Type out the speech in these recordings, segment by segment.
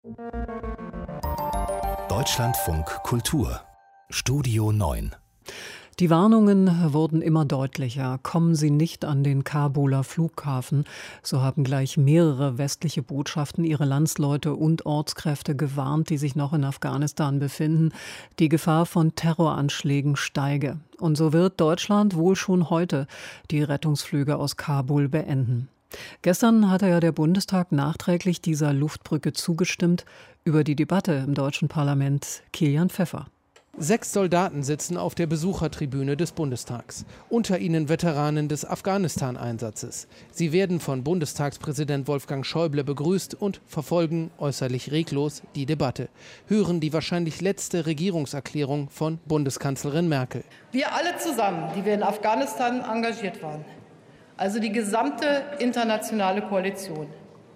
Deutschlandfunk Kultur Studio 9. Die Warnungen wurden immer deutlicher. Kommen Sie nicht an den Kabuler Flughafen. So haben gleich mehrere westliche Botschaften ihre Landsleute und Ortskräfte gewarnt, die sich noch in Afghanistan befinden. Die Gefahr von Terroranschlägen steige. Und so wird Deutschland wohl schon heute die Rettungsflüge aus Kabul beenden. Gestern hatte ja der Bundestag nachträglich dieser Luftbrücke zugestimmt. Über die Debatte im deutschen Parlament Kilian Pfeffer. 6 Soldaten sitzen auf der Besuchertribüne des Bundestags. Unter ihnen Veteranen des Afghanistan-Einsatzes. Sie werden von Bundestagspräsident Wolfgang Schäuble begrüßt und verfolgen, äußerlich reglos, die Debatte. Hören die wahrscheinlich letzte Regierungserklärung von Bundeskanzlerin Merkel. Wir alle zusammen, die wir in Afghanistan engagiert waren, also die gesamte internationale Koalition,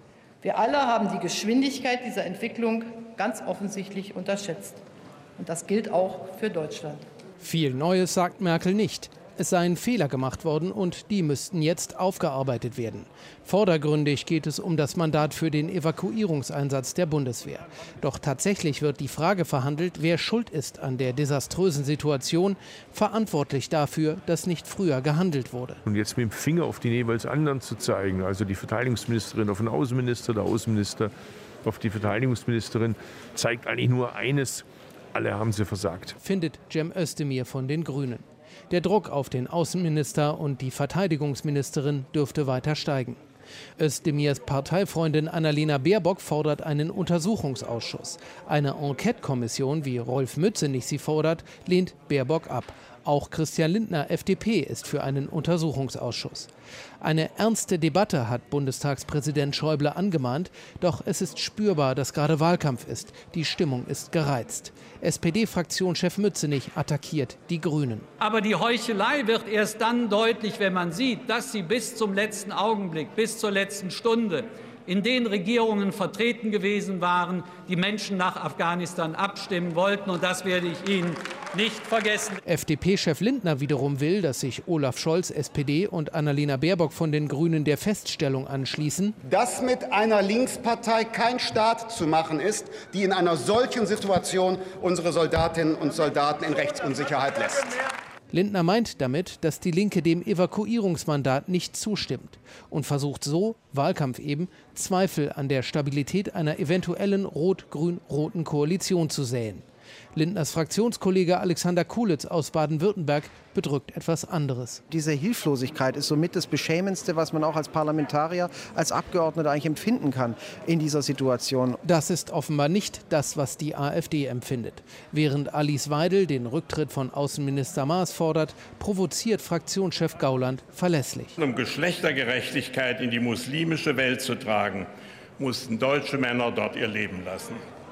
wir alle haben die Geschwindigkeit dieser Entwicklung ganz offensichtlich unterschätzt. Und das gilt auch für Deutschland. Viel Neues sagt Merkel nicht. Es seien Fehler gemacht worden und die müssten jetzt aufgearbeitet werden. Vordergründig geht es um das Mandat für den Evakuierungseinsatz der Bundeswehr. Doch tatsächlich wird die Frage verhandelt, wer schuld ist an der desaströsen Situation, verantwortlich dafür, dass nicht früher gehandelt wurde. Und jetzt mit dem Finger auf den jeweils anderen zu zeigen, also die Verteidigungsministerin auf den Außenminister, der Außenminister auf die Verteidigungsministerin, zeigt eigentlich nur eines: alle haben sie versagt. Findet Cem Özdemir von den Grünen. Der Druck auf den Außenminister und die Verteidigungsministerin dürfte weiter steigen. Özdemirs Parteifreundin Annalena Baerbock fordert einen Untersuchungsausschuss. Eine Enquete-Kommission, wie Rolf Mützenich sie fordert, lehnt Baerbock ab. Auch Christian Lindner, FDP, ist für einen Untersuchungsausschuss. Eine ernste Debatte hat Bundestagspräsident Schäuble angemahnt. Doch es ist spürbar, dass gerade Wahlkampf ist. Die Stimmung ist gereizt. SPD-Fraktionschef Mützenich attackiert die Grünen. Aber die Heuchelei wird erst dann deutlich, wenn man sieht, dass sie bis zum letzten Augenblick, bis zur letzten Stunde in den Regierungen vertreten gewesen waren, die Menschen nach Afghanistan abstimmen wollten. Und das werde ich Ihnen nicht vergessen. FDP-Chef Lindner wiederum will, dass sich Olaf Scholz, SPD, und Annalena Baerbock von den Grünen der Feststellung anschließen, dass mit einer Linkspartei kein Staat zu machen ist, die in einer solchen Situation unsere Soldatinnen und Soldaten in Rechtsunsicherheit lässt. Lindner meint damit, dass die Linke dem Evakuierungsmandat nicht zustimmt und versucht so, Wahlkampf eben, Zweifel an der Stabilität einer eventuellen rot-grün-roten Koalition zu säen. Lindners Fraktionskollege Alexander Kulitz aus Baden-Württemberg bedrückt etwas anderes. Diese Hilflosigkeit ist somit das Beschämendste, was man auch als Parlamentarier, als Abgeordneter eigentlich empfinden kann in dieser Situation. Das ist offenbar nicht das, was die AfD empfindet. Während Alice Weidel den Rücktritt von Außenminister Maas fordert, provoziert Fraktionschef Gauland verlässlich. Um Geschlechtergerechtigkeit in die muslimische Welt zu tragen, mussten deutsche Männer dort ihr Leben lassen.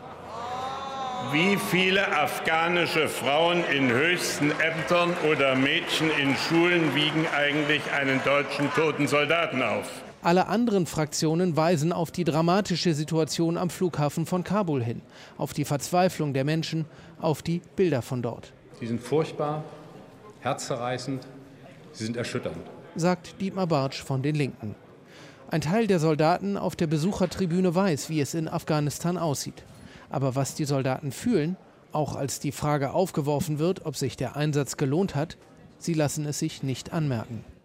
Wie viele afghanische Frauen in höchsten Ämtern oder Mädchen in Schulen wiegen eigentlich einen deutschen toten Soldaten auf? Alle anderen Fraktionen weisen auf die dramatische Situation am Flughafen von Kabul hin, auf die Verzweiflung der Menschen, auf die Bilder von dort. Sie sind furchtbar, herzzerreißend, sie sind erschütternd, sagt Dietmar Bartsch von den Linken. Ein Teil der Soldaten auf der Besuchertribüne weiß, wie es in Afghanistan aussieht. Aber was die Soldaten fühlen, auch als die Frage aufgeworfen wird, ob sich der Einsatz gelohnt hat, sie lassen es sich nicht anmerken.